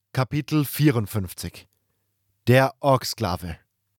Kapitel 54 Der Orksklave.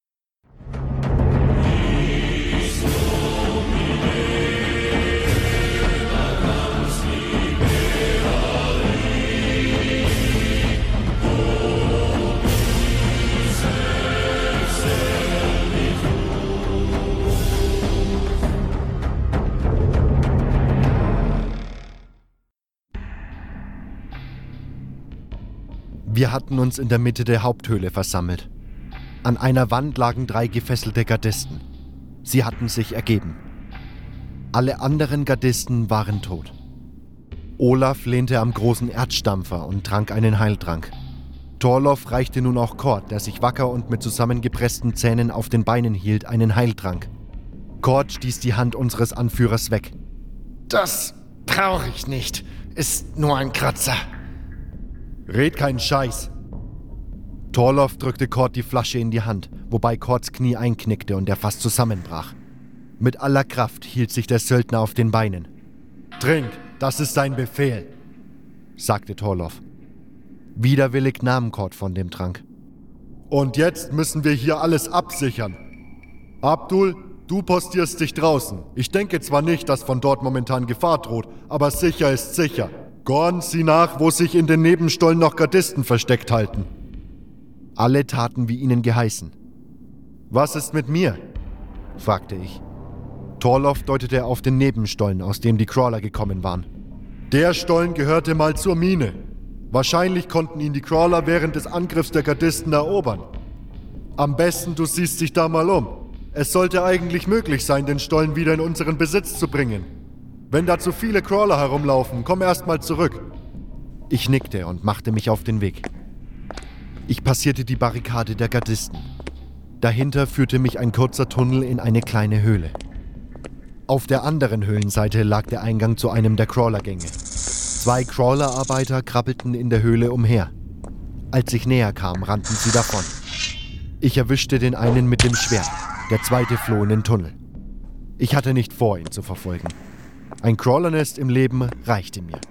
Wir hatten uns in der Mitte der Haupthöhle versammelt. An einer Wand lagen 3 gefesselte Gardisten. Sie hatten sich ergeben. Alle anderen Gardisten waren tot. Olaf lehnte am großen Erzstampfer und trank einen Heiltrank. Thorlof reichte nun auch Kord, der sich wacker und mit zusammengepressten Zähnen auf den Beinen hielt, einen Heiltrank. Kord stieß die Hand unseres Anführers weg. Das brauche ich nicht. Ist nur ein Kratzer. Red keinen Scheiß. Thorlof drückte Kord die Flasche in die Hand, wobei Kords Knie einknickte und er fast zusammenbrach. Mit aller Kraft hielt sich der Söldner auf den Beinen. Trink, das ist dein Befehl, sagte Thorlof. Widerwillig nahm Kord von dem Trank. Und jetzt müssen wir hier alles absichern. Abdul, du postierst dich draußen. Ich denke zwar nicht, dass von dort momentan Gefahr droht, aber sicher ist sicher. Gorn, sieh nach, wo sich in den Nebenstollen noch Gardisten versteckt halten. Alle taten, wie ihnen geheißen. Was ist mit mir? Fragte ich. Thorlof deutete auf den Nebenstollen, aus dem die Crawler gekommen waren. Der Stollen gehörte mal zur Mine. Wahrscheinlich konnten ihn die Crawler während des Angriffs der Gardisten erobern. Am besten, du siehst dich da mal um. Es sollte eigentlich möglich sein, den Stollen wieder in unseren Besitz zu bringen. Wenn da zu viele Crawler herumlaufen, komm erst mal zurück. Ich nickte und machte mich auf den Weg. Ich passierte die Barrikade der Gardisten. Dahinter führte mich ein kurzer Tunnel in eine kleine Höhle. Auf der anderen Höhlenseite lag der Eingang zu einem der Crawlergänge. 2 Crawlerarbeiter krabbelten in der Höhle umher. Als ich näher kam, rannten sie davon. Ich erwischte den einen mit dem Schwert, der zweite floh in den Tunnel. Ich hatte nicht vor, ihn zu verfolgen. Ein Crawlernest im Leben reichte mir.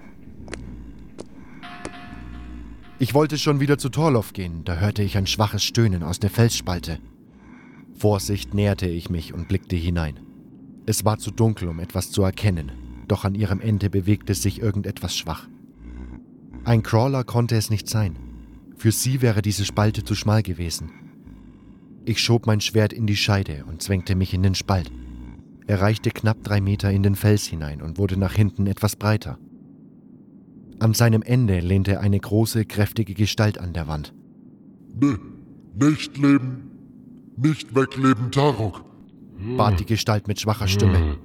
Ich wollte schon wieder zu Thorlof gehen, da hörte ich ein schwaches Stöhnen aus der Felsspalte. Vorsichtig näherte ich mich und blickte hinein. Es war zu dunkel, um etwas zu erkennen, doch an ihrem Ende bewegte sich irgendetwas schwach. Ein Crawler konnte es nicht sein. Für sie wäre diese Spalte zu schmal gewesen. Ich schob mein Schwert in die Scheide und zwängte mich in den Spalt. Er reichte knapp 3 Meter in den Fels hinein und wurde nach hinten etwas breiter. An seinem Ende lehnte eine große, kräftige Gestalt an der Wand. Nicht leben, nicht wegleben, Tarok, bat die Gestalt mit schwacher Stimme.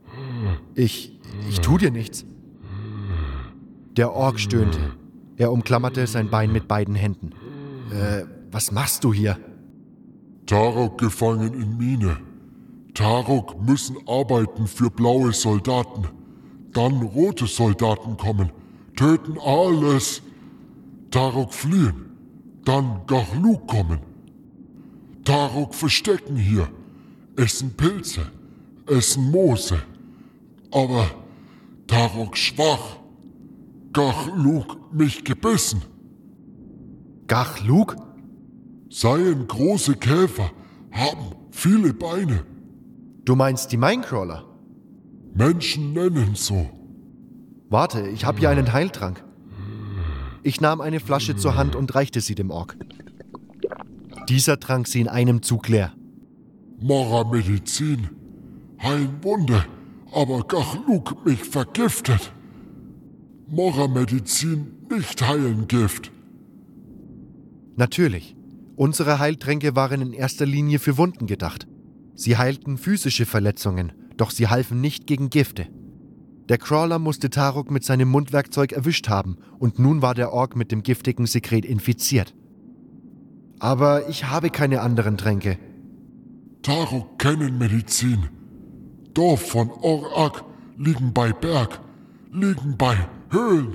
Ich tu dir nichts. Der Ork stöhnte. Er umklammerte sein Bein mit beiden Händen. Was machst du hier? Tarok gefangen in Mine. Tarok müssen arbeiten für blaue Soldaten. Dann rote Soldaten kommen, töten alles. Tarok fliehen. Dann Gachluk kommen. Tarok verstecken hier. Essen Pilze. Essen Moose. Aber Tarok schwach. Gachluk mich gebissen. Gachluk? Seien große Käfer, haben viele Beine. Du meinst die Minecrawler? Menschen nennen so. Warte, ich habe hier einen Heiltrank. Ich nahm eine Flasche zur Hand und reichte sie dem Ork. Dieser trank sie in einem Zug leer. Mora-Medizin, heilen Wunde, aber Gachluk mich vergiftet. Mora-Medizin, nicht heilen Gift. Natürlich. Unsere Heiltränke waren in erster Linie für Wunden gedacht. Sie heilten physische Verletzungen, doch sie halfen nicht gegen Gifte. Der Crawler musste Tarok mit seinem Mundwerkzeug erwischt haben und nun war der Ork mit dem giftigen Sekret infiziert. Aber ich habe keine anderen Tränke. Tarok kennen Medizin. Dorf von Or-Ak liegen bei Berg, liegen bei Höhlen.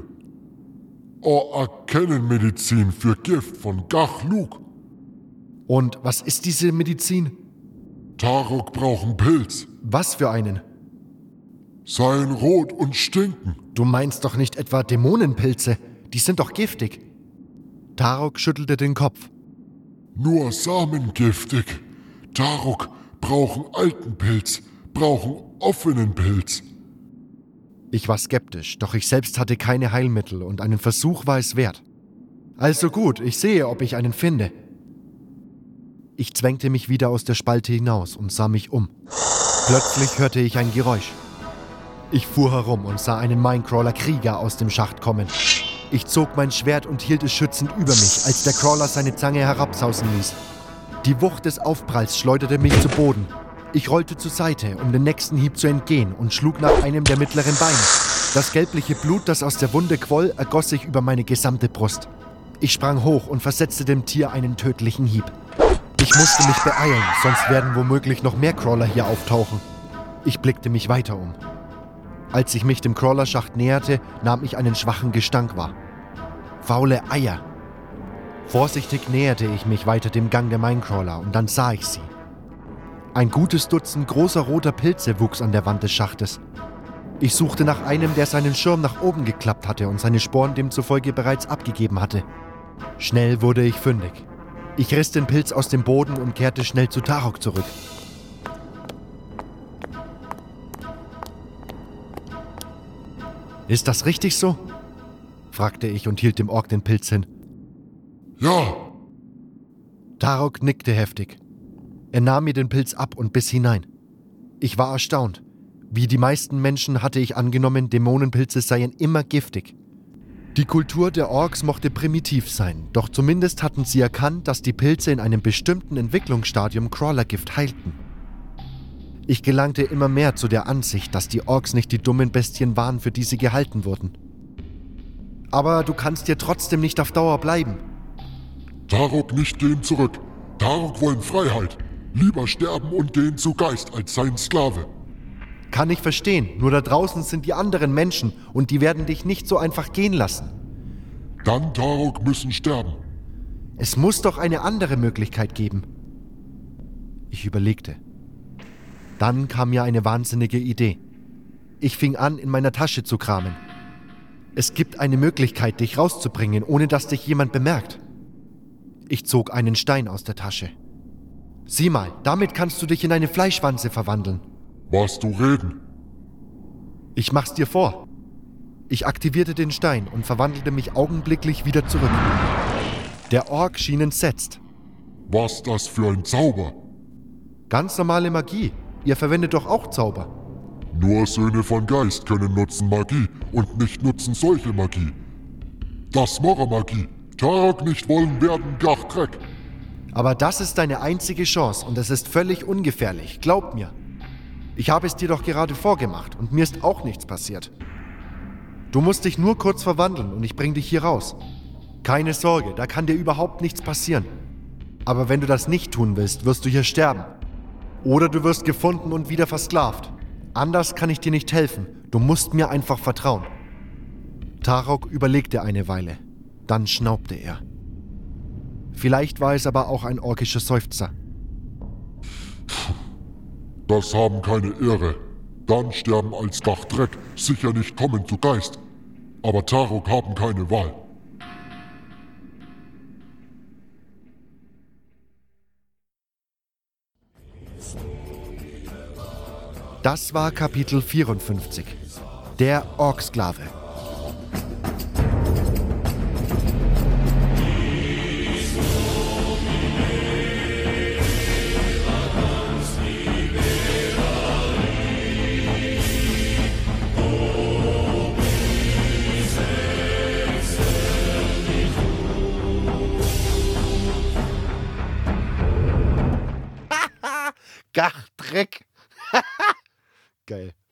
Or-Ak kennen Medizin für Gift von Gachluk. Und was ist diese Medizin? Tarok brauchen Pilz. Was für einen? Seien rot und stinken. Du meinst doch nicht etwa Dämonenpilze? Die sind doch giftig. Tarok schüttelte den Kopf. Nur samengiftig. Tarok brauchen alten Pilz, brauchen offenen Pilz. Ich war skeptisch, doch ich selbst hatte keine Heilmittel und einen Versuch war es wert. Also gut, ich sehe, ob ich einen finde. Ich zwängte mich wieder aus der Spalte hinaus und sah mich um. Plötzlich hörte ich ein Geräusch. Ich fuhr herum und sah einen Minecrawler-Krieger aus dem Schacht kommen. Ich zog mein Schwert und hielt es schützend über mich, als der Crawler seine Zange herabsausen ließ. Die Wucht des Aufpralls schleuderte mich zu Boden. Ich rollte zur Seite, um den nächsten Hieb zu entgehen und schlug nach einem der mittleren Beine. Das gelbliche Blut, das aus der Wunde quoll, ergoss sich über meine gesamte Brust. Ich sprang hoch und versetzte dem Tier einen tödlichen Hieb. Ich musste mich beeilen, sonst werden womöglich noch mehr Crawler hier auftauchen. Ich blickte mich weiter um. Als ich mich dem Crawlerschacht näherte, nahm ich einen schwachen Gestank wahr. Faule Eier. Vorsichtig näherte ich mich weiter dem Gang der Minecrawler und dann sah ich sie. Ein gutes Dutzend großer roter Pilze wuchs an der Wand des Schachtes. Ich suchte nach einem, der seinen Schirm nach oben geklappt hatte und seine Sporen demzufolge bereits abgegeben hatte. Schnell wurde ich fündig. Ich riss den Pilz aus dem Boden und kehrte schnell zu Tarok zurück. »Ist das richtig so?« fragte ich und hielt dem Ork den Pilz hin. Ja. Tarok nickte heftig. Er nahm mir den Pilz ab und biss hinein. Ich war erstaunt. Wie die meisten Menschen hatte ich angenommen, Dämonenpilze seien immer giftig. Die Kultur der Orks mochte primitiv sein, doch zumindest hatten sie erkannt, dass die Pilze in einem bestimmten Entwicklungsstadium Crawlergift heilten. Ich gelangte immer mehr zu der Ansicht, dass die Orks nicht die dummen Bestien waren, für die sie gehalten wurden. Aber du kannst hier trotzdem nicht auf Dauer bleiben. Tarok nicht gehen zurück. Tarok wollen Freiheit. Lieber sterben und gehen zu Geist als sein Sklave. Kann ich verstehen, nur da draußen sind die anderen Menschen und die werden dich nicht so einfach gehen lassen. Dann Tarok müssen sterben. Es muss doch eine andere Möglichkeit geben. Ich überlegte. Dann kam mir eine wahnsinnige Idee. Ich fing an, in meiner Tasche zu kramen. Es gibt eine Möglichkeit, dich rauszubringen, ohne dass dich jemand bemerkt. Ich zog einen Stein aus der Tasche. Sieh mal, damit kannst du dich in eine Fleischwanze verwandeln. Was du reden? Ich mach's dir vor. Ich aktivierte den Stein und verwandelte mich augenblicklich wieder zurück. Der Ork schien entsetzt. Was das für ein Zauber? Ganz normale Magie. Ihr verwendet doch auch Zauber. Nur Söhne von Geist können nutzen Magie und nicht nutzen solche Magie. Das Morra-Magie. Tarok nicht wollen werden, Gachdreck. Aber das ist deine einzige Chance und es ist völlig ungefährlich, glaub mir. Ich habe es dir doch gerade vorgemacht und mir ist auch nichts passiert. Du musst dich nur kurz verwandeln und ich bring dich hier raus. Keine Sorge, da kann dir überhaupt nichts passieren. Aber wenn du das nicht tun willst, wirst du hier sterben. Oder du wirst gefunden und wieder versklavt. Anders kann ich dir nicht helfen. Du musst mir einfach vertrauen. Tarok überlegte eine Weile. Dann schnaubte er. Vielleicht war es aber auch ein orkischer Seufzer. Das haben keine Ehre. Dann sterben als Gachdreck, sicher nicht kommen zu Geist. Aber Tarok haben keine Wahl. Das war Kapitel 54. Der Orksklave. Gachdreck. Geil.